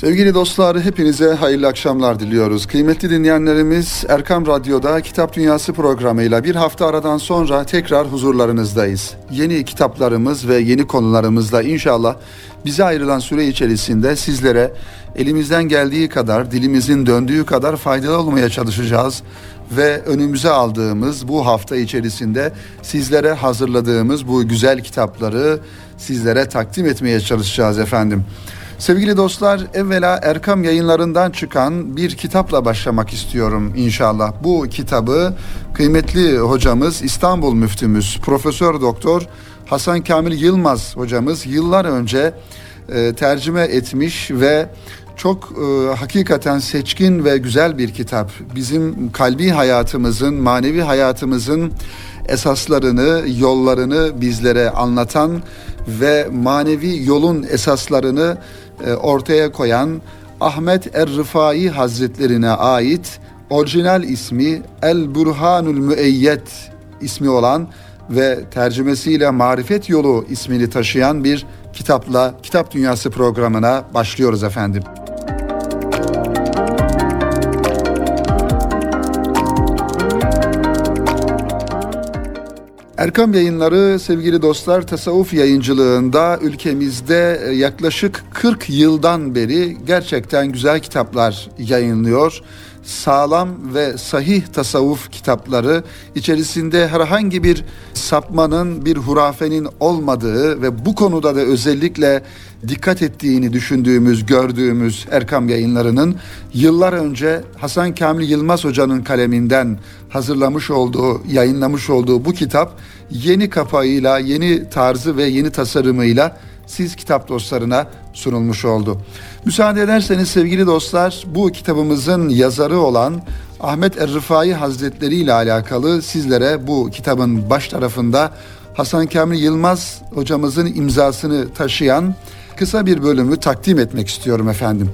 Sevgili dostlar, hepinize hayırlı akşamlar diliyoruz. Kıymetli dinleyenlerimiz, Erkam Radyo'da Kitap Dünyası programıyla bir hafta aradan sonra tekrar huzurlarınızdayız. Yeni kitaplarımız ve yeni konularımızla inşallah bize ayrılan süre içerisinde sizlere elimizden geldiği kadar, dilimizin döndüğü kadar faydalı olmaya çalışacağız. Ve önümüze aldığımız bu hafta içerisinde sizlere hazırladığımız bu güzel kitapları sizlere takdim etmeye çalışacağız efendim. Sevgili dostlar, evvela Erkam Yayınlarından çıkan bir kitapla başlamak istiyorum inşallah. Bu kitabı kıymetli hocamız, İstanbul Müftümüz, Profesör Doktor Hasan Kamil Yılmaz hocamız yıllar önce tercüme etmiş ve çok hakikaten seçkin ve güzel bir kitap. Bizim kalbi hayatımızın, manevi hayatımızın esaslarını, yollarını bizlere anlatan ve manevi yolun esaslarını ortaya koyan Ahmet Er-Rifai Hazretlerine ait orijinal ismi El-Burhanul Müeyyed ismi olan ve tercümesiyle Marifet Yolu ismini taşıyan bir kitapla Kitap Dünyası programına başlıyoruz efendim. Erkam Yayınları sevgili dostlar tasavvuf yayıncılığında ülkemizde yaklaşık 40 yıldan beri gerçekten güzel kitaplar yayınlıyor. Sağlam ve sahih tasavvuf kitapları, içerisinde herhangi bir sapmanın, bir hurafenin olmadığı ve bu konuda da özellikle dikkat ettiğini düşündüğümüz, gördüğümüz Erkam Yayınları'nın yıllar önce Hasan Kamil Yılmaz Hoca'nın kaleminden hazırlamış olduğu, yayınlamış olduğu bu kitap yeni kapağıyla, yeni tarzı ve yeni tasarımıyla siz kitap dostlarına sunulmuş oldu. Müsaade ederseniz sevgili dostlar, bu kitabımızın yazarı olan Ahmet Er-Rifai Hazretleri ile alakalı sizlere bu kitabın baş tarafında Hasan Kamil Yılmaz hocamızın imzasını taşıyan kısa bir bölümü takdim etmek istiyorum efendim.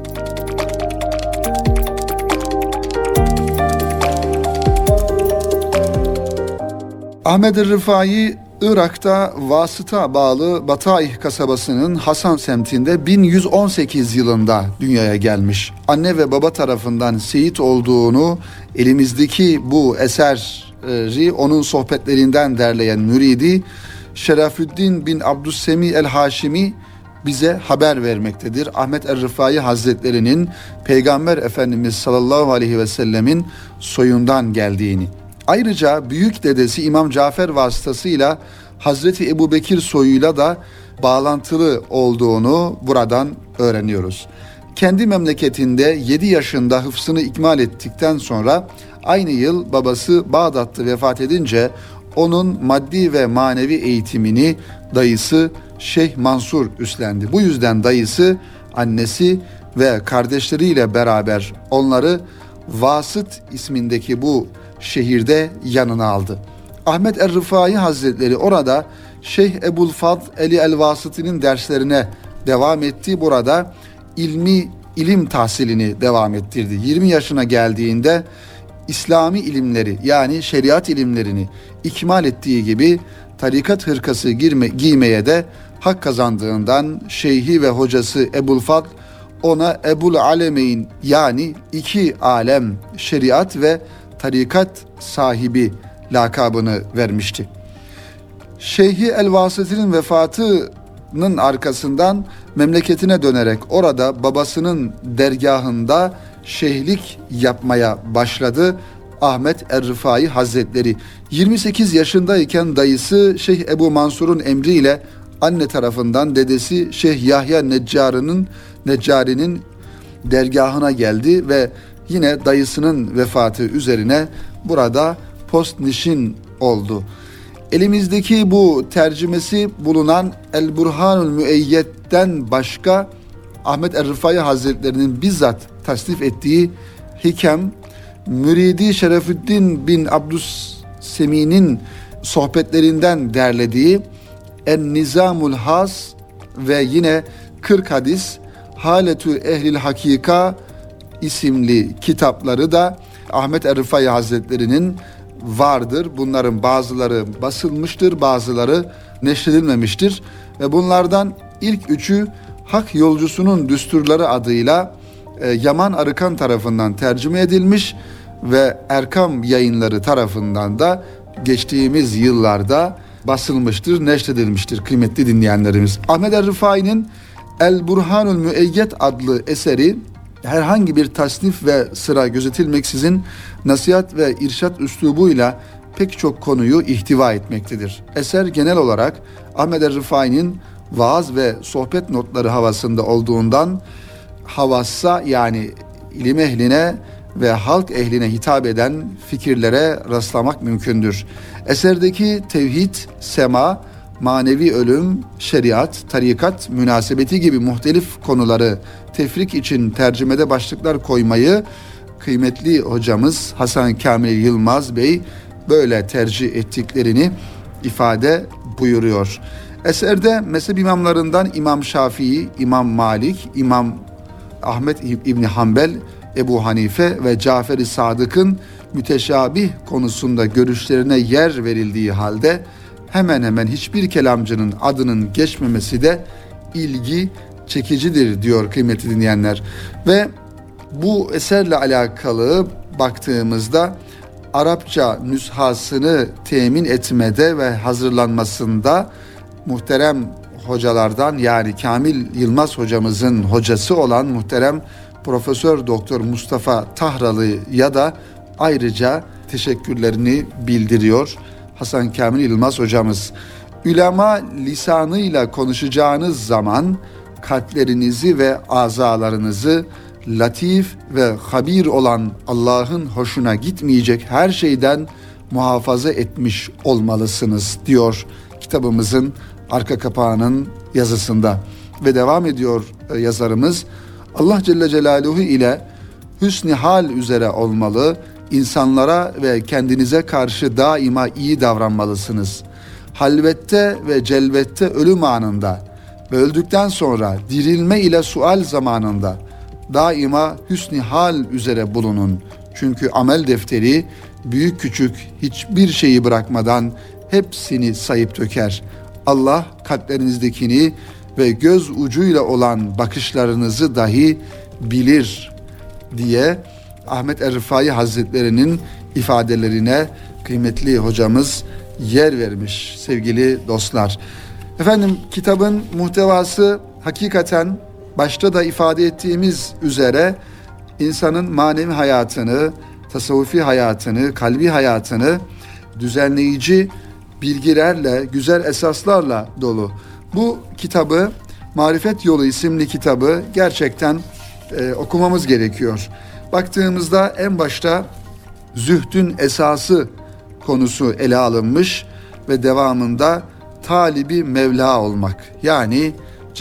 Ahmet Er-Rifai, Irak'ta Vasıta bağlı Bataih kasabasının Hasan semtinde 1118 yılında dünyaya gelmiş. Anne ve baba tarafından Seyit olduğunu elimizdeki bu eseri onun sohbetlerinden derleyen müridi Şerafüddin bin Abdüssemi el-Haşimi bize haber vermektedir. Ahmet Er-Rifai Hazretleri'nin Peygamber Efendimiz sallallahu aleyhi ve sellemin soyundan geldiğini. Ayrıca büyük dedesi İmam Cafer vasıtasıyla Hazreti Ebubekir soyuyla da bağlantılı olduğunu buradan öğreniyoruz. Kendi memleketinde 7 yaşında hıfzını ikmal ettikten sonra aynı yıl babası Bağdat'ta vefat edince onun maddi ve manevi eğitimini dayısı Şeyh Mansur üstlendi. Bu yüzden dayısı, annesi ve kardeşleriyle beraber onları Vasıt ismindeki bu şehirde yanına aldı. Ahmet Er-Rifai Hazretleri orada Şeyh Ebu'l-Fadl Eli el-Vasıti'nin derslerine devam etti. Burada ilim tahsilini devam ettirdi. 20 yaşına geldiğinde İslami ilimleri yani şeriat ilimlerini ikmal ettiği gibi tarikat hırkası giymeye de hak kazandığından şeyhi ve hocası Ebu'l-Fadl ona Ebul Alemeyn yani iki alem şeriat ve tarikat sahibi lakabını vermişti. Şeyhi El-Vasıti'nin vefatının arkasından memleketine dönerek orada babasının dergahında şeyhlik yapmaya başladı Ahmet Er-Rifai Hazretleri. 28 yaşındayken dayısı Şeyh Ebu Mansur'un emriyle anne tarafından dedesi Şeyh Yahya Neccari'nin dergahına geldi ve yine dayısının vefatı üzerine burada postnişin oldu. Elimizdeki bu tercümesi bulunan El-Burhanul Müeyyed'den başka Ahmet Er-Rifai Hazretleri'nin bizzat tasnif ettiği Hikem, müridi Şerefüddin bin Abdüssemi'nin sohbetlerinden derlediği En-Nizamul Has ve yine 40 hadis Haletü Ehlil Hakika isimli kitapları da Ahmet Er-Rifai Hazretleri'nin vardır. Bunların bazıları basılmıştır, bazıları neşredilmemiştir ve bunlardan ilk üçü Hak Yolcusunun Düsturları adıyla Yaman Arıkan tarafından tercüme edilmiş ve Erkam Yayınları tarafından da geçtiğimiz yıllarda basılmıştır, neşredilmiştir kıymetli dinleyenlerimiz. Ahmed Er-Rifai'nin El Burhanul Müeyyed adlı eseri herhangi bir tasnif ve sıra gözetilmeksizin nasihat ve irşat üslubuyla pek çok konuyu ihtiva etmektedir. Eser genel olarak Ahmed Er-Rifai'nin vaaz ve sohbet notları havasında olduğundan havassa yani ilim ehline ve halk ehline hitap eden fikirlere rastlamak mümkündür. Eserdeki tevhid, sema, manevi ölüm, şeriat, tarikat, münasebeti gibi muhtelif konuları tefrik için tercümede başlıklar koymayı kıymetli hocamız Hasan Kamil Yılmaz Bey böyle tercih ettiklerini ifade buyuruyor. Eserde mezhep imamlarından İmam Şafii, İmam Malik, İmam Ahmet İbni Hanbel, Ebu Hanife ve Cafer-i Sadık'ın müteşabih konusunda görüşlerine yer verildiği halde hemen hemen hiçbir kelamcının adının geçmemesi de ilgi çekicidir diyor kıymetli dinleyenler. Ve bu eserle alakalı baktığımızda Arapça nüshasını temin etmede ve hazırlanmasında muhterem hocalardan yani Kamil Yılmaz hocamızın hocası olan muhterem Profesör Doktor Mustafa Tahralı'ya da ayrıca teşekkürlerini bildiriyor Hasan Kamil Yılmaz hocamız. Ülema lisanıyla konuşacağınız zaman kalplerinizi ve azalarınızı latif ve habir olan Allah'ın hoşuna gitmeyecek her şeyden muhafaza etmiş olmalısınız diyor kitabımızın arka kapağının yazısında. Ve devam ediyor yazarımız, Allah Celle Celaluhu ile hüsn-i hal üzere olmalı, insanlara ve kendinize karşı daima iyi davranmalısınız. Halvette ve celvette ölüm anında ve öldükten sonra dirilme ile sual zamanında daima hüsn-i hal üzere bulunun. Çünkü amel defteri büyük küçük hiçbir şeyi bırakmadan hepsini sayıp döker. Allah kalplerinizdekini ve göz ucuyla olan bakışlarınızı dahi bilir diye Ahmet Er-Rifai Hazretleri'nin ifadelerine kıymetli hocamız yer vermiş sevgili dostlar. Efendim kitabın muhtevası hakikaten başta da ifade ettiğimiz üzere insanın manevi hayatını, tasavvufi hayatını, kalbi hayatını düzenleyici bilgilerle, güzel esaslarla dolu. Bu kitabı, Marifet Yolu isimli kitabı gerçekten okumamız gerekiyor. Baktığımızda en başta zühdün esası konusu ele alınmış ve devamında talibi Mevla olmak. Yani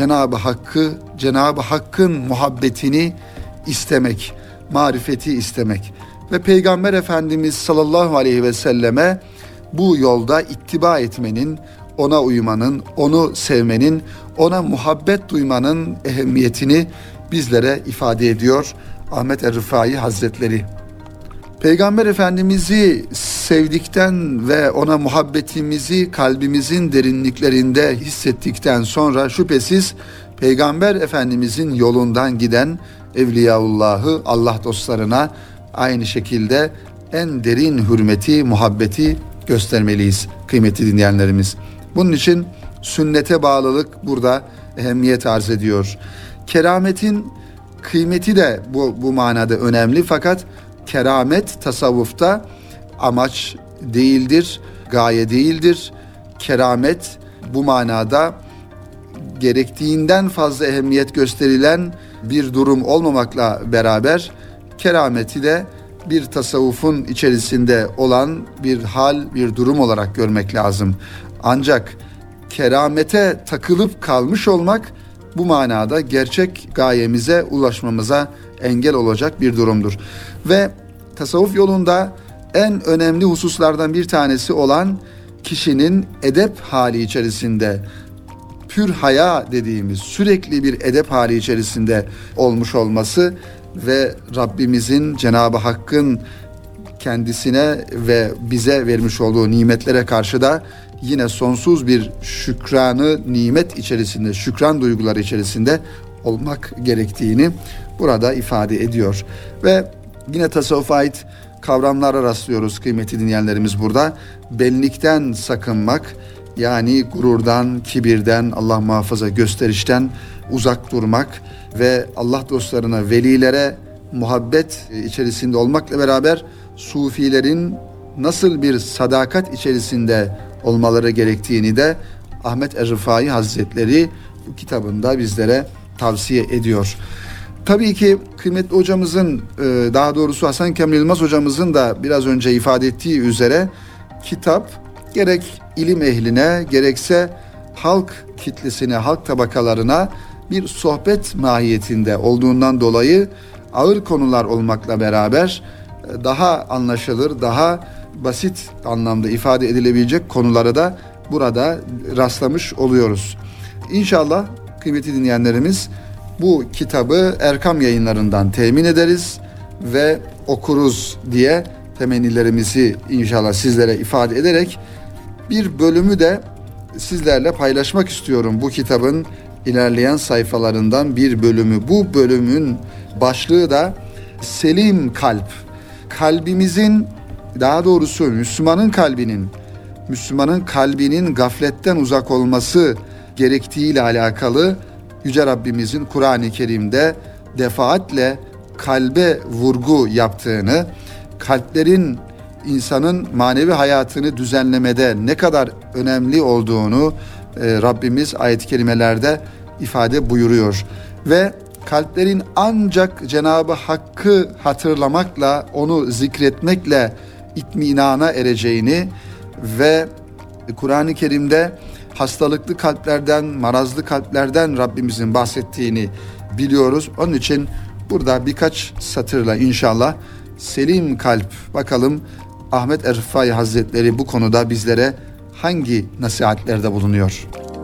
Cenab-ı Hakk'ın muhabbetini istemek, marifeti istemek ve Peygamber Efendimiz sallallahu aleyhi ve selleme bu yolda ittiba etmenin, ona uymanın, onu sevmenin, ona muhabbet duymanın ehemmiyetini bizlere ifade ediyor Ahmet Er-Rifai Hazretleri. Peygamber Efendimiz'i sevdikten ve ona muhabbetimizi kalbimizin derinliklerinde hissettikten sonra şüphesiz Peygamber Efendimiz'in yolundan giden Evliyaullah'ı, Allah dostlarına aynı şekilde en derin hürmeti, muhabbeti göstermeliyiz kıymetli dinleyenlerimiz. Bunun için sünnete bağlılık burada ehemmiyet arz ediyor. Kerametin kıymeti de bu manada önemli fakat keramet tasavvufta amaç değildir, gaye değildir. Keramet bu manada gerektiğinden fazla ehemmiyet gösterilen bir durum olmamakla beraber kerameti de bir tasavvufun içerisinde olan bir hal, bir durum olarak görmek lazım. Ancak keramete takılıp kalmış olmak bu manada gerçek gayemize ulaşmamıza engel olacak bir durumdur. Ve tasavvuf yolunda en önemli hususlardan bir tanesi olan kişinin edep hali içerisinde, pür haya dediğimiz sürekli bir edep hali içerisinde olmuş olması ve Rabbimizin, Cenab-ı Hakk'ın kendisine ve bize vermiş olduğu nimetlere karşı da yine sonsuz bir şükranı nimet içerisinde, şükran duyguları içerisinde olmak gerektiğini burada ifade ediyor. Ve yine tasavvufa ait kavramlara rastlıyoruz kıymetli dinleyenlerimiz burada. Benlikten sakınmak, yani gururdan, kibirden, Allah muhafaza gösterişten uzak durmak ve Allah dostlarına, velilere muhabbet içerisinde olmakla beraber sufilerin nasıl bir sadakat içerisinde olmaları gerektiğini de Ahmet Er-Rifai Hazretleri bu kitabında bizlere tavsiye ediyor. Tabii ki kıymetli hocamızın, daha doğrusu Hasan Kamil Yılmaz hocamızın da biraz önce ifade ettiği üzere kitap gerek ilim ehline gerekse halk kitlesine, halk tabakalarına bir sohbet mahiyetinde olduğundan dolayı ağır konular olmakla beraber daha anlaşılır, daha basit anlamda ifade edilebilecek konulara da burada rastlamış oluyoruz. İnşallah kıymetli dinleyenlerimiz bu kitabı Erkam Yayınları'ndan temin ederiz ve okuruz diye temennilerimizi inşallah sizlere ifade ederek bir bölümü de sizlerle paylaşmak istiyorum. Bu kitabın ilerleyen sayfalarından bir bölümü. Bu bölümün başlığı da Selim Kalp. Kalbimizin, daha doğrusu Müslümanın kalbinin gafletten uzak olması gerektiğiyle alakalı Yüce Rabbimizin Kur'an-ı Kerim'de defaatle kalbe vurgu yaptığını, kalplerin insanın manevi hayatını düzenlemede ne kadar önemli olduğunu Rabbimiz ayet-i kerimelerde ifade buyuruyor. Ve kalplerin ancak Cenab-ı Hakk'ı hatırlamakla, onu zikretmekle itminana ereceğini ve Kur'an-ı Kerim'de hastalıklı kalplerden, marazlı kalplerden Rabbimizin bahsettiğini biliyoruz. Onun için burada birkaç satırla inşallah selim kalp, bakalım Ahmet Er-Rifai Hazretleri bu konuda bizlere hangi nasihatlerde bulunuyor?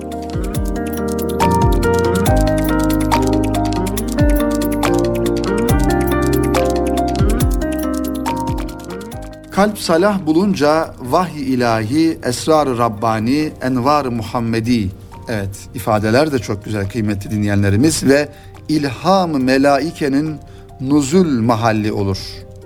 Kalp salah bulunca vahiy ilahi, esrar-ı Rabbani, envar-ı Muhammedi. Evet, ifadeler de çok güzel kıymetli dinleyenlerimiz. Ve ilham-ı melaikenin nuzul mahalli olur.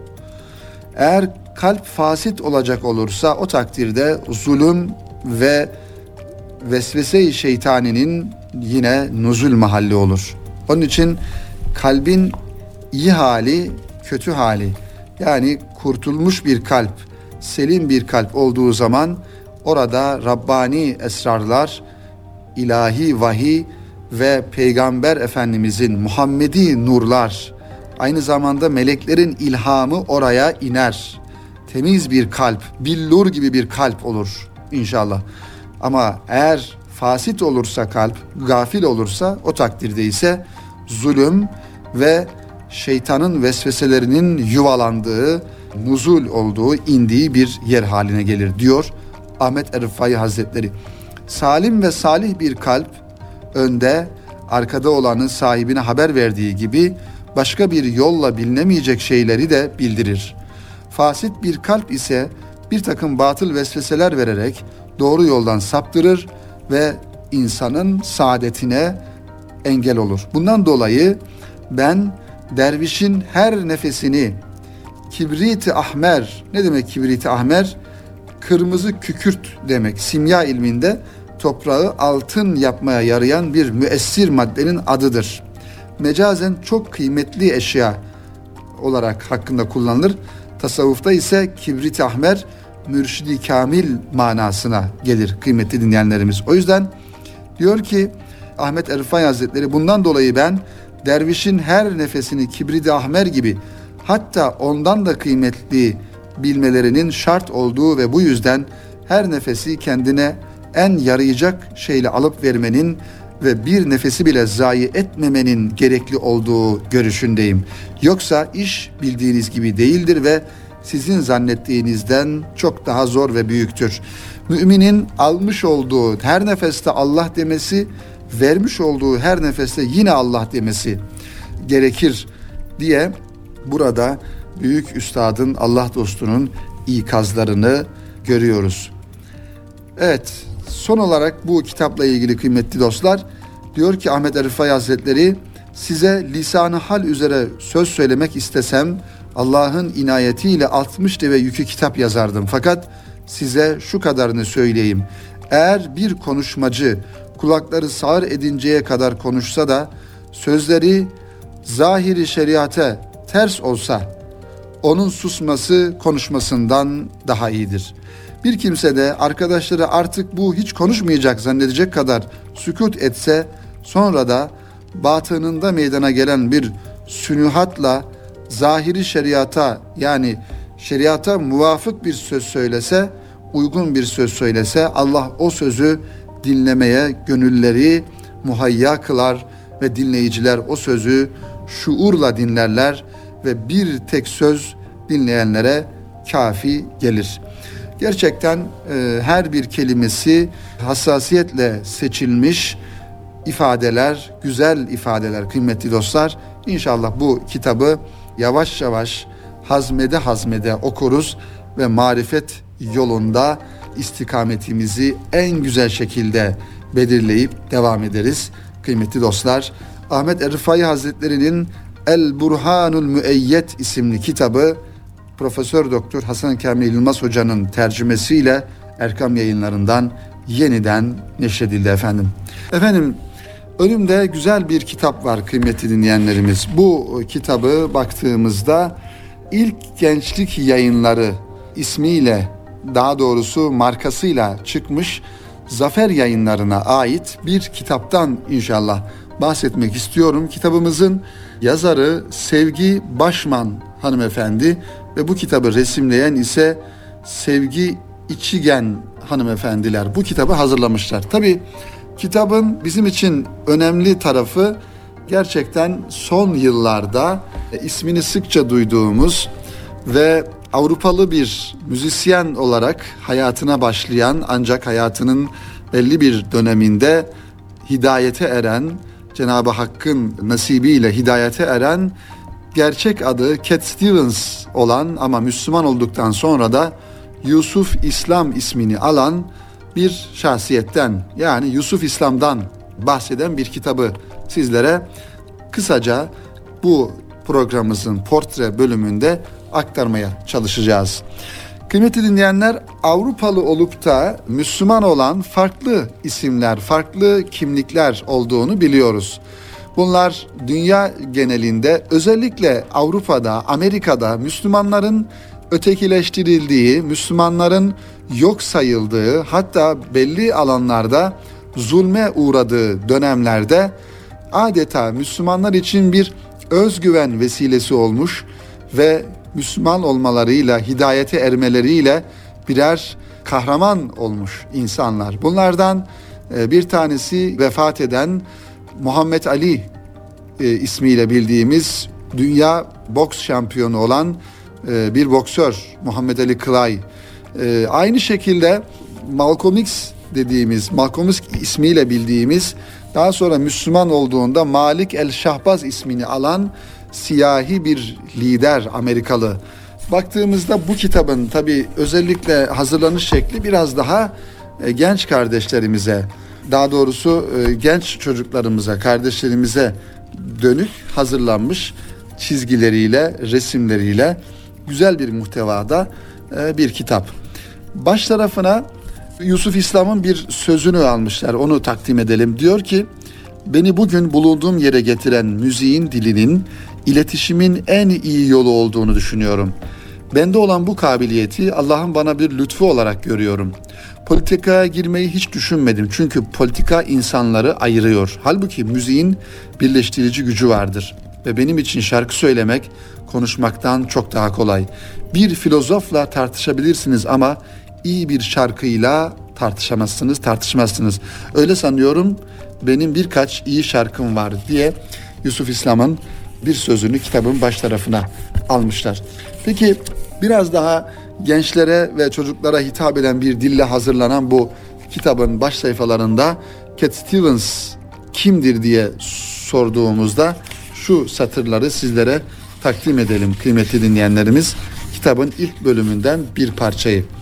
Eğer kalp fasit olacak olursa o takdirde zulüm ve vesvese-i şeytaninin yine nuzul mahalli olur. Onun için kalbin iyi hali, kötü hali, yani kurtulmuş bir kalp, selim bir kalp olduğu zaman orada Rabbani esrarlar, ilahi vahiy ve Peygamber Efendimizin Muhammedi nurlar, aynı zamanda meleklerin ilhamı oraya iner. Temiz bir kalp, billur gibi bir kalp olur inşallah. Ama eğer fasit olursa kalp, gafil olursa o takdirde ise zulüm ve şeytanın vesveselerinin yuvalandığı, nuzul olduğu, indiği bir yer haline gelir diyor Ahmet Er-Rifai Hazretleri. Salim ve salih bir kalp önde, arkada olanın sahibine haber verdiği gibi başka bir yolla bilinemeyecek şeyleri de bildirir. Fasit bir kalp ise bir takım batıl vesveseler vererek doğru yoldan saptırır ve insanın saadetine engel olur. Bundan dolayı ben dervişin her nefesini kibrit-i ahmer, ne demek kibrit-i ahmer? Kırmızı kükürt demek. Simya ilminde toprağı altın yapmaya yarayan bir müessir maddenin adıdır. Mecazen çok kıymetli eşya olarak hakkında kullanılır. Tasavvufta ise kibrit-i ahmer mürşidi kamil manasına gelir kıymetli dinleyenlerimiz. O yüzden diyor ki Ahmet Er-Rifai Hazretleri, bundan dolayı ben dervişin her nefesini kibrit-i ahmer gibi, hatta ondan da kıymetli bilmelerinin şart olduğu ve bu yüzden her nefesi kendine en yarayacak şeyle alıp vermenin ve bir nefesi bile zayi etmemenin gerekli olduğu görüşündeyim. Yoksa iş bildiğiniz gibi değildir ve sizin zannettiğinizden çok daha zor ve büyüktür. Müminin almış olduğu her nefeste Allah demesi, vermiş olduğu her nefeste yine Allah demesi gerekir diye burada büyük üstadın, Allah dostunun ikazlarını görüyoruz. Evet, son olarak bu kitapla ilgili kıymetli dostlar, diyor ki Ahmet Rifai Hazretleri, size lisan-ı hal üzere söz söylemek istesem Allah'ın inayetiyle 60 deve yükü kitap yazardım. Fakat size şu kadarını söyleyeyim. Eğer bir konuşmacı kulakları sağır edinceye kadar konuşsa da sözleri zahiri şeriate ters olsa onun susması konuşmasından daha iyidir. Bir kimse de arkadaşları artık bu hiç konuşmayacak zannedecek kadar sükût etse, sonra da batınında meydana gelen bir sünühatla zahiri şeriata, yani şeriata muvafık bir söz söylese, uygun bir söz söylese, Allah o sözü dinlemeye gönülleri muhayya kılar ve dinleyiciler o sözü şuurla dinlerler ve bir tek söz dinleyenlere kafi gelir. Gerçekten her bir kelimesi hassasiyetle seçilmiş ifadeler, güzel ifadeler kıymetli dostlar. İnşallah bu kitabı yavaş yavaş hazmede okuruz ve marifet yolunda istikametimizi en güzel şekilde belirleyip devam ederiz. Kıymetli dostlar, Ahmet Rifai Hazretleri'nin El Burhanul Müeyyed isimli kitabı Profesör Doktor Hasan Kamil Yılmaz Hoca'nın tercümesiyle Erkam Yayınları'ndan yeniden neşredildi efendim. Efendim, önümde güzel bir kitap var kıymetli dinleyenlerimiz. Bu kitabı baktığımızda İlk Gençlik Yayınları ismiyle, daha doğrusu markasıyla çıkmış Zafer Yayınları'na ait bir kitaptan inşallah bahsetmek istiyorum. Kitabımızın yazarı Sevgi Başman hanımefendi ve bu kitabı resimleyen ise Sevgi İçigen hanımefendiler bu kitabı hazırlamışlar. Tabii kitabın bizim için önemli tarafı gerçekten son yıllarda ismini sıkça duyduğumuz ve Avrupalı bir müzisyen olarak hayatına başlayan, ancak hayatının belli bir döneminde hidayete eren, Cenab-ı Hakk'ın nasibiyle hidayete eren, gerçek adı Cat Stevens olan ama Müslüman olduktan sonra da Yusuf İslam ismini alan bir şahsiyetten, yani Yusuf İslam'dan bahseden bir kitabı sizlere kısaca bu programımızın portre bölümünde aktarmaya çalışacağız. Kıymetli dinleyenler, Avrupalı olup da Müslüman olan farklı isimler, farklı kimlikler olduğunu biliyoruz. Bunlar dünya genelinde, özellikle Avrupa'da, Amerika'da Müslümanların ötekileştirildiği, Müslümanların yok sayıldığı, hatta belli alanlarda zulme uğradığı dönemlerde adeta Müslümanlar için bir özgüven vesilesi olmuş ve Müslüman olmalarıyla, hidayete ermeleriyle birer kahraman olmuş insanlar. Bunlardan bir tanesi vefat eden Muhammed Ali ismiyle bildiğimiz dünya boks şampiyonu olan bir boksör Muhammed Ali Clay. Aynı şekilde Malcolm X dediğimiz, Malcolm X ismiyle bildiğimiz, daha sonra Müslüman olduğunda Malik el-Şahbaz ismini alan siyahi bir lider, Amerikalı. Baktığımızda bu kitabın tabii özellikle hazırlanış şekli biraz daha genç kardeşlerimize, daha doğrusu genç çocuklarımıza, kardeşlerimize dönük hazırlanmış çizgileriyle, resimleriyle güzel bir muhtevada bir kitap. Baş tarafına Yusuf İslam'ın bir sözünü almışlar, onu takdim edelim. Diyor ki, beni bugün bulunduğum yere getiren müziğin dilinin, iletişimin en iyi yolu olduğunu düşünüyorum. Bende olan bu kabiliyeti Allah'ın bana bir lütfu olarak görüyorum. Politikaya girmeyi hiç düşünmedim çünkü politika insanları ayırıyor. Halbuki müziğin birleştirici gücü vardır ve benim için şarkı söylemek konuşmaktan çok daha kolay. Bir filozofla tartışabilirsiniz ama iyi bir şarkıyla tartışmazsınız. Öyle sanıyorum, benim birkaç iyi şarkım var diye Yusuf İslam'ın bir sözünü kitabın baş tarafına almışlar. Peki biraz daha gençlere ve çocuklara hitap eden bir dille hazırlanan bu kitabın baş sayfalarında Cat Stevens kimdir diye sorduğumuzda şu satırları sizlere takdim edelim kıymetli dinleyenlerimiz. Kitabın ilk bölümünden bir parçayı.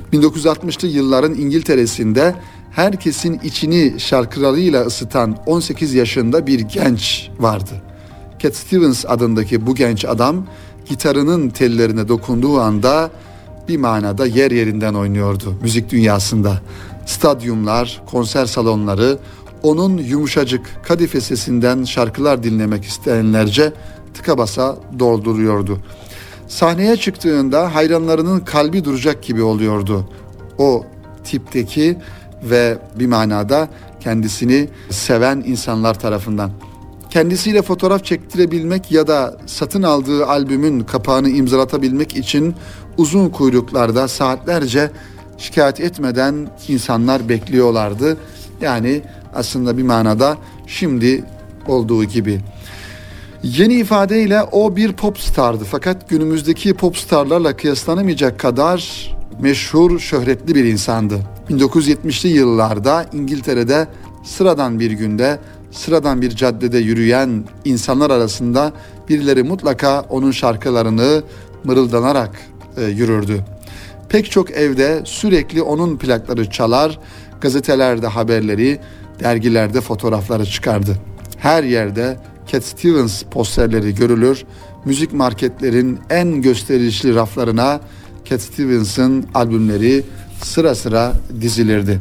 1960'lı yılların İngiltere'sinde herkesin içini şarkılarıyla ısıtan 18 yaşında bir genç vardı. Cat Stevens adındaki bu genç adam gitarının tellerine dokunduğu anda bir manada yer yerinden oynuyordu müzik dünyasında. Stadyumlar, konser salonları onun yumuşacık kadife sesinden şarkılar dinlemek isteyenlerce tıka basa dolduruyordu. Sahneye çıktığında hayranlarının kalbi duracak gibi oluyordu. O tipteki ve bir manada kendisini seven insanlar tarafından. Kendisiyle fotoğraf çektirebilmek ya da satın aldığı albümün kapağını imzalatabilmek için uzun kuyruklarda saatlerce şikayet etmeden insanlar bekliyorlardı. Yani aslında bir manada şimdi olduğu gibi. Yeni ifadeyle o bir pop stardı, fakat günümüzdeki pop starlarla kıyaslanamayacak kadar meşhur, şöhretli bir insandı. 1970'li yıllarda İngiltere'de sıradan bir günde, sıradan bir caddede yürüyen insanlar arasında birileri mutlaka onun şarkılarını mırıldanarak yürürdü. Pek çok evde sürekli onun plakları çalar, gazetelerde haberleri, dergilerde fotoğrafları çıkardı. Her yerde Cat Stevens posterleri görülür, müzik marketlerin en gösterişli raflarına Cat Stevens'ın albümleri sıra sıra dizilirdi.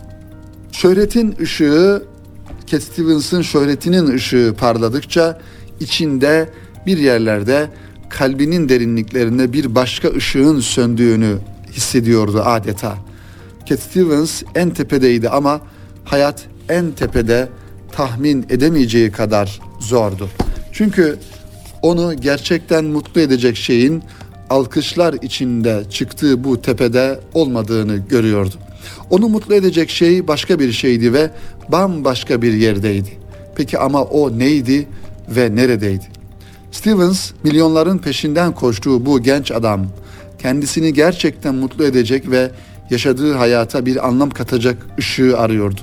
Şöhretin ışığı, Cat Stevens'ın şöhretinin ışığı parladıkça içinde bir yerlerde kalbinin derinliklerinde bir başka ışığın söndüğünü hissediyordu adeta. Cat Stevens en tepedeydi ama hayat en tepede tahmin edemeyeceği kadar zordu. Çünkü onu gerçekten mutlu edecek şeyin alkışlar içinde çıktığı bu tepede olmadığını görüyordu. Onu mutlu edecek şey başka bir şeydi ve bambaşka bir yerdeydi. Peki ama o neydi ve neredeydi? Stevens, milyonların peşinden koştuğu bu genç adam, kendisini gerçekten mutlu edecek ve yaşadığı hayata bir anlam katacak ışığı arıyordu.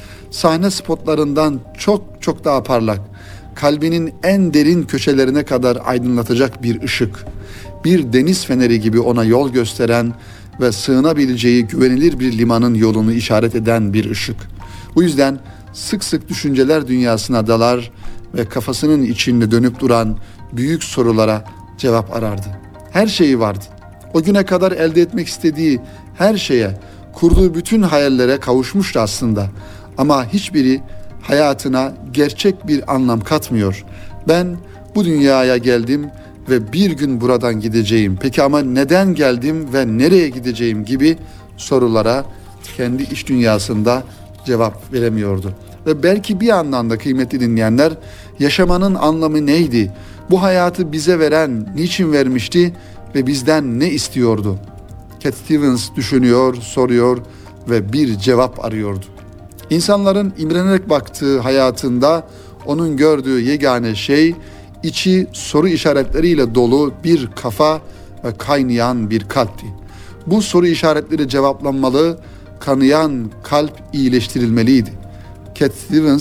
Sahne spotlarından çok daha parlak, kalbinin en derin köşelerine kadar aydınlatacak bir ışık, bir deniz feneri gibi ona yol gösteren ve sığınabileceği güvenilir bir limanın yolunu işaret eden bir ışık. Bu yüzden sık sık düşünceler dünyasına dalar ve kafasının içinde dönüp duran büyük sorulara cevap arardı. Her şeyi vardı. O güne kadar elde etmek istediği her şeye, kurduğu bütün hayallere kavuşmuştu aslında. Ama hiçbiri hayatına gerçek bir anlam katmıyor. Ben bu dünyaya geldim ve bir gün buradan gideceğim. Peki ama neden geldim ve nereye gideceğim gibi sorulara kendi iç dünyasında cevap veremiyordu. Ve belki bir yandan da kıymetli dinleyenler, yaşamanın anlamı neydi? Bu hayatı bize veren niçin vermişti ve bizden ne istiyordu? Cat Stevens düşünüyor, soruyor ve bir cevap arıyordu. İnsanların imrenerek baktığı hayatında onun gördüğü yegane şey, içi soru işaretleriyle dolu bir kafa ve kaynayan bir kalpti. Bu soru işaretleri cevaplanmalı, kanayan kalp iyileştirilmeliydi. Cat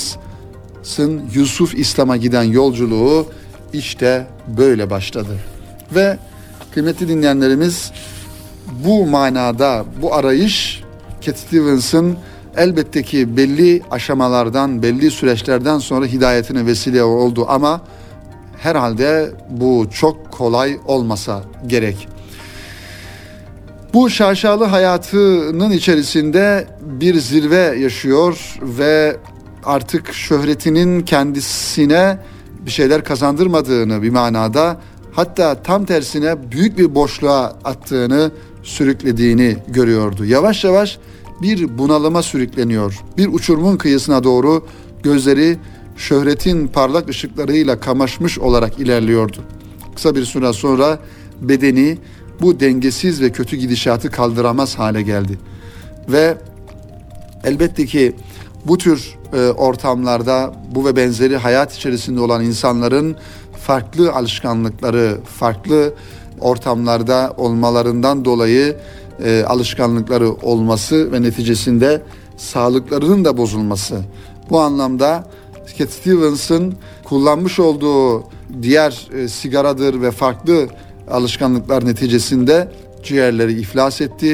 Stevens'ın Yusuf İslam'a giden yolculuğu işte böyle başladı. Ve kıymetli dinleyenlerimiz, bu manada bu arayış Cat Stevens'ın elbette ki belli aşamalardan, belli süreçlerden sonra hidayetine vesile oldu ama herhalde bu çok kolay olmasa gerek. Bu şaşalı hayatının içerisinde bir zirve yaşıyor ve artık şöhretinin kendisine bir şeyler kazandırmadığını bir manada, hatta tam tersine büyük bir boşluğa attığını, sürüklediğini görüyordu. Yavaş yavaş bir bunalıma sürükleniyor. Bir uçurumun kıyısına doğru gözleri şöhretin parlak ışıklarıyla kamaşmış olarak ilerliyordu. Kısa bir süre sonra bedeni bu dengesiz ve kötü gidişatı kaldıramaz hale geldi. Ve elbette ki bu tür ortamlarda bu ve benzeri hayat içerisinde olan insanların farklı alışkanlıkları, farklı ortamlarda olmalarından dolayı alışkanlıkları olması ve neticesinde sağlıklarının da bozulması. Bu anlamda Cat Stevens'ın kullanmış olduğu diğer sigaradır ve farklı alışkanlıklar neticesinde ciğerleri iflas etti.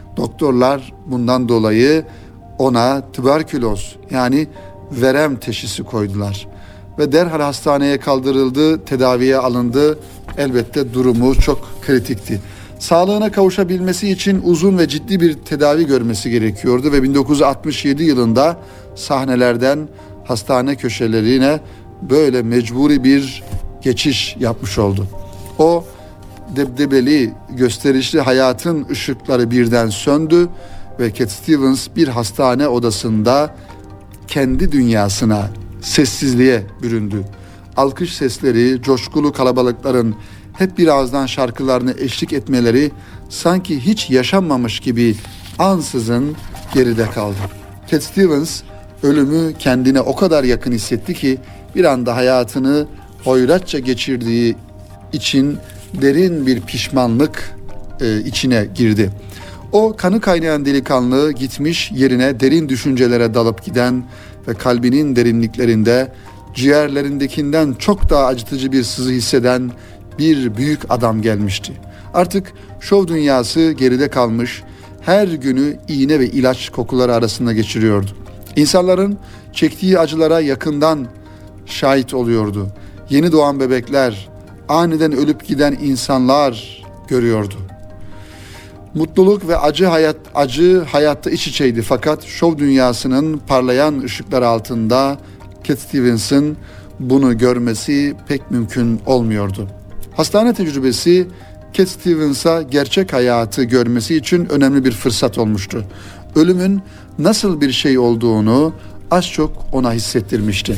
Doktorlar bundan dolayı ona tüberküloz yani verem teşhisi koydular. Ve derhal hastaneye kaldırıldı, tedaviye alındı. Elbette durumu çok kritikti. Sağlığına kavuşabilmesi için uzun ve ciddi bir tedavi görmesi gerekiyordu ve 1967 yılında sahnelerden hastane köşelerine böyle mecburi bir geçiş yapmış oldu. O debdebeli, gösterişli hayatın ışıkları birden söndü ve Cat Stevens bir hastane odasında kendi dünyasına, sessizliğe büründü. Alkış sesleri, coşkulu kalabalıkların hep bir ağızdan şarkılarını eşlik etmeleri sanki hiç yaşanmamış gibi ansızın geride kaldı. Cat Stevens ölümü kendine o kadar yakın hissetti ki bir anda hayatını hoyratça geçirdiği için derin bir pişmanlık içine girdi. O kanı kaynayan delikanlı gitmiş, yerine derin düşüncelere dalıp giden ve kalbinin derinliklerinde ciğerlerindekinden çok daha acıtıcı bir sızı hisseden bir büyük adam gelmişti. Artık şov dünyası geride kalmış, her günü iğne ve ilaç kokuları arasında geçiriyordu. İnsanların çektiği acılara yakından şahit oluyordu. Yeni doğan bebekler, aniden ölüp giden insanlar görüyordu. Mutluluk ve acı hayatta iç içeydi, fakat şov dünyasının parlayan ışıkları altında Cat Stevens'ın bunu görmesi pek mümkün olmuyordu. Hastane tecrübesi Cat Stevens'a gerçek hayatı görmesi için önemli bir fırsat olmuştu. Ölümün nasıl bir şey olduğunu az çok ona hissettirmişti.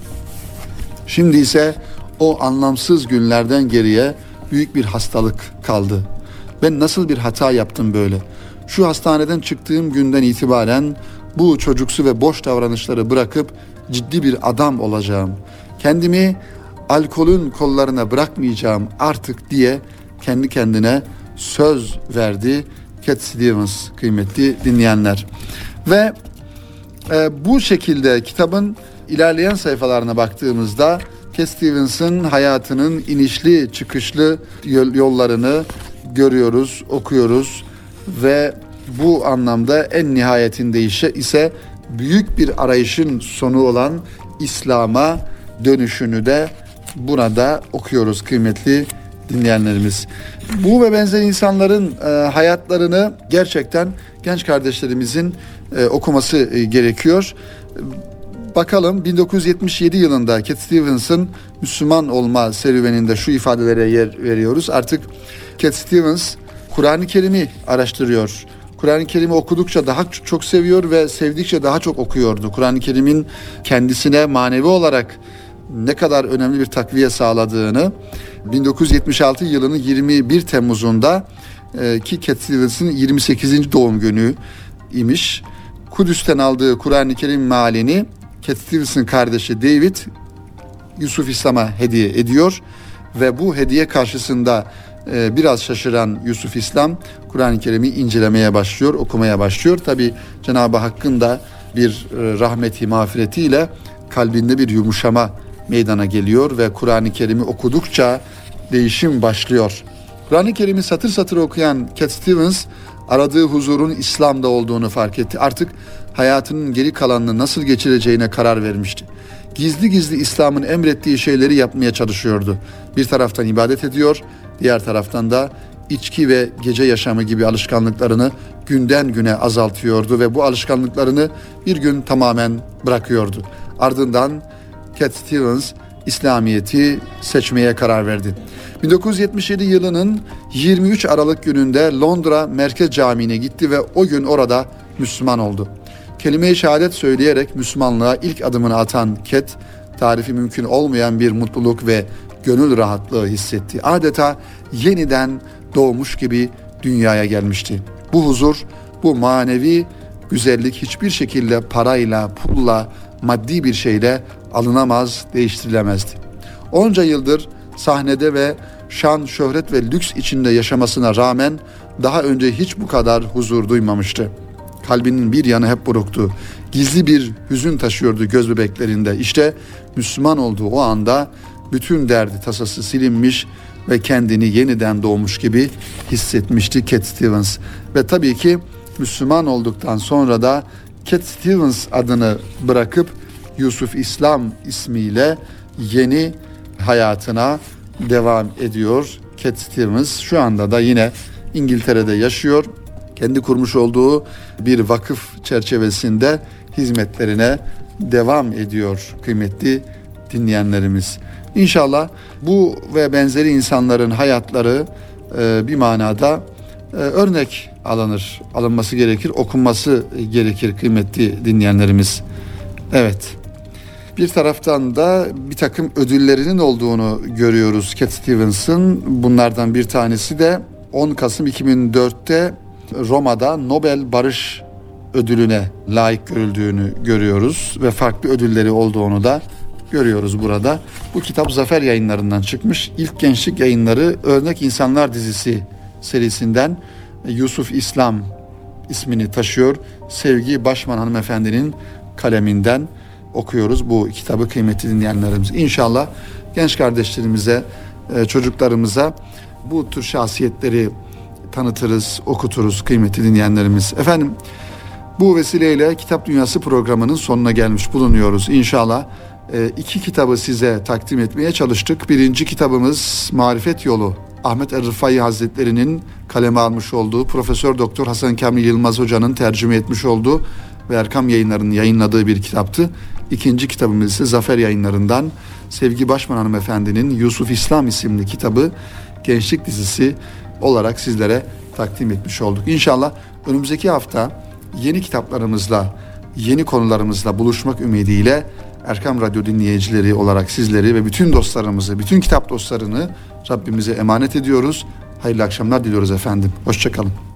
Şimdi ise o anlamsız günlerden geriye büyük bir hastalık kaldı. Ben nasıl bir hata yaptım böyle? Şu hastaneden çıktığım günden itibaren bu çocuksu ve boş davranışları bırakıp ciddi bir adam olacağım. Kendimi alkolün kollarına bırakmayacağım artık diye kendi kendine söz verdi Cat Stevens, kıymetli dinleyenler. Ve bu şekilde kitabın ilerleyen sayfalarına baktığımızda Cat Stevens'ın hayatının inişli çıkışlı yollarını görüyoruz, okuyoruz ve bu anlamda en nihayetinde ise büyük bir arayışın sonu olan İslam'a dönüşünü de burada okuyoruz kıymetli dinleyenlerimiz. Bu ve benzer insanların hayatlarını gerçekten genç kardeşlerimizin okuması gerekiyor. Bakalım 1977 yılında Cat Stevens'ın Müslüman olma serüveninde şu ifadelere yer veriyoruz. Artık Cat Stevens Kur'an-ı Kerim'i araştırıyor. Kur'an-ı Kerim'i okudukça daha çok seviyor ve sevdikçe daha çok okuyordu. Kur'an-ı Kerim'in kendisine manevi olarak ne kadar önemli bir takviye sağladığını 1976 yılının 21 Temmuz'unda ki Cat Stevens'ın 28. doğum günü imiş. Kudüs'ten aldığı Kur'an-ı Kerim mealini Cat Stevens'ın kardeşi David Yusuf İslam'a hediye ediyor ve bu hediye karşısında biraz şaşıran Yusuf İslam Kur'an-ı Kerim'i incelemeye başlıyor, okumaya başlıyor. Tabi Cenab-ı Hakk'ın da bir rahmeti, mağfiretiyle kalbinde bir yumuşama meydana geliyor ve Kur'an-ı Kerim'i okudukça değişim başlıyor. Kur'an-ı Kerim'i satır satır okuyan Cat Stevens aradığı huzurun İslam'da olduğunu fark etti. Artık hayatının geri kalanını nasıl geçireceğine karar vermişti. Gizli gizli İslam'ın emrettiği şeyleri yapmaya çalışıyordu. Bir taraftan ibadet ediyor, diğer taraftan da içki ve gece yaşamı gibi alışkanlıklarını günden güne azaltıyordu ve bu alışkanlıklarını bir gün tamamen bırakıyordu. Ardından Cat Stevens İslamiyet'i seçmeye karar verdi. 1977 yılının 23 Aralık gününde Londra Merkez Camii'ne gitti ve o gün orada Müslüman oldu. Kelime-i şehadet söyleyerek Müslümanlığa ilk adımını atan Cat, tarifi mümkün olmayan bir mutluluk ve gönül rahatlığı hissetti. Adeta yeniden doğmuş gibi dünyaya gelmişti. Bu huzur, bu manevi güzellik hiçbir şekilde parayla, pulla, maddi bir şeyle alınamaz, değiştirilemezdi. Onca yıldır sahnede ve şan, şöhret ve lüks içinde yaşamasına rağmen daha önce hiç bu kadar huzur duymamıştı. Kalbinin bir yanı hep buruktu. Gizli bir hüzün taşıyordu göz bebeklerinde. İşte Müslüman olduğu o anda bütün derdi tasası silinmiş ve kendini yeniden doğmuş gibi hissetmişti Cat Stevens. Ve tabii ki Müslüman olduktan sonra da Cat Stevens adını bırakıp Yusuf İslam ismiyle yeni hayatına devam ediyor. Cat Stevens şu anda da yine İngiltere'de yaşıyor. Kendi kurmuş olduğu bir vakıf çerçevesinde hizmetlerine devam ediyor kıymetli dinleyenlerimiz. İnşallah bu ve benzeri insanların hayatları bir manada örnek alınması gerekir, okunması gerekir kıymetli dinleyenlerimiz. Evet. Bir taraftan da bir takım ödüllerinin olduğunu görüyoruz Cat Stevens'ın. Bunlardan bir tanesi de 10 Kasım 2004'te Roma'da Nobel Barış Ödülü'ne layık görüldüğünü görüyoruz ve farklı ödülleri olduğunu da görüyoruz burada. Bu kitap Zafer Yayınları'ndan çıkmış. İlk gençlik yayınları Örnek İnsanlar dizisi serisinden Yusuf İslam ismini taşıyor. Sevgi Başman hanımefendinin kaleminden okuyoruz bu kitabı kıymetli dinleyenlerimiz. İnşallah genç kardeşlerimize, çocuklarımıza bu tür şahsiyetleri tanıtırız, okuturuz kıymetli dinleyenlerimiz. Efendim bu vesileyle Kitap Dünyası programının sonuna gelmiş bulunuyoruz. İnşallah 2 kitabı size takdim etmeye çalıştık. Birinci kitabımız Marifet Yolu. Ahmet Er-Rıfai Hazretleri'nin kaleme almış olduğu, Profesör Doktor Hasan Kamil Yılmaz Hoca'nın tercüme etmiş olduğu ve Erkam Yayınları'nın yayınladığı bir kitaptı. İkinci kitabımız ise Zafer Yayınları'ndan Sevgi Başman hanımefendinin Yusuf İslam isimli kitabı gençlik dizisi olarak sizlere takdim etmiş olduk. İnşallah önümüzdeki hafta yeni kitaplarımızla, yeni konularımızla buluşmak ümidiyle Erkam Radyo dinleyicileri olarak sizleri ve bütün dostlarımızı, bütün kitap dostlarını Rabbimize emanet ediyoruz. Hayırlı akşamlar diliyoruz efendim. Hoşça kalın.